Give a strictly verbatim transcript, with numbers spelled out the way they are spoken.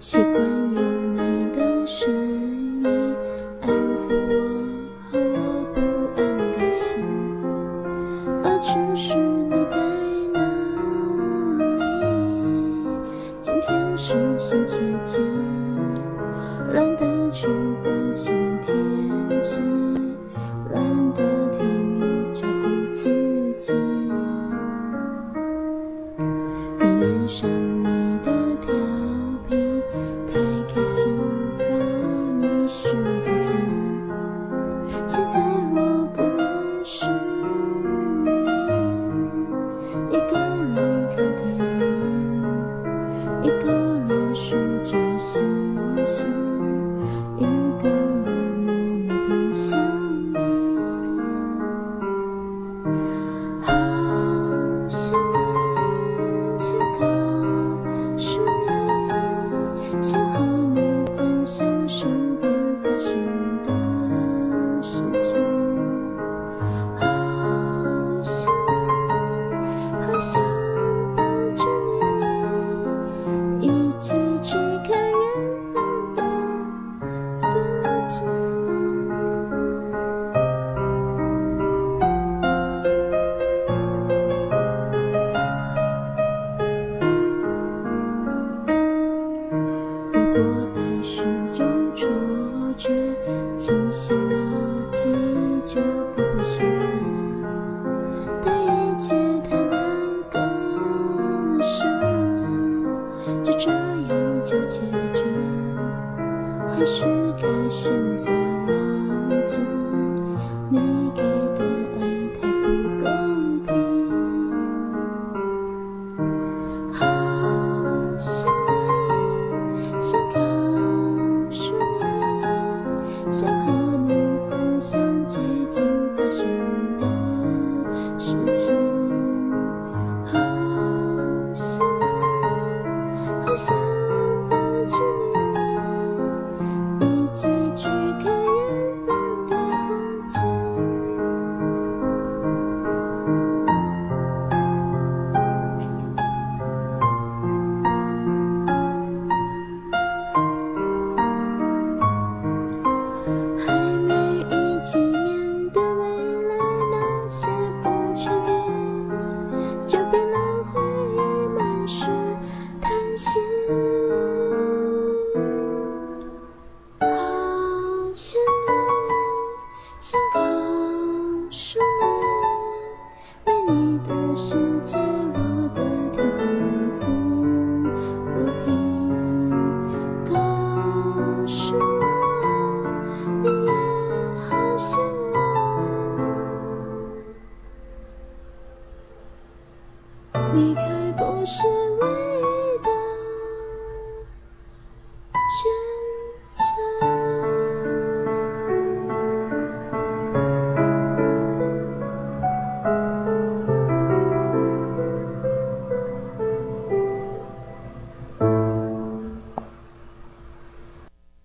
习惯有你的声音安抚我好我不安的心，而只是你在哪里？今天是星期几？懒得去关心天气，懒得替你照顾自己。你脸上你的调皮，太开心把你失了自己。现在我不能适应一个人看电影，一个人数着星星，一个人默默的想你。好想你，想告诉你，想和你分享身边发生的事情。好想你，好想抱着你，一起去看远方的风景。如果爱是种错觉，清醒了记忆就不会失控，但一切太难割舍，就这样纠结着，还是该选择忘记。你给的爱太不公平，好想你，想告诉你，想和你分享最近发生的事情。好想你，好想抱着你，一起去看远方的风景。还没一起面对未来那些不确定，就别让回忆满是叹息。好想你，想告诉你，没你的世界我的天空不停。告诉我你也好想我，离开不是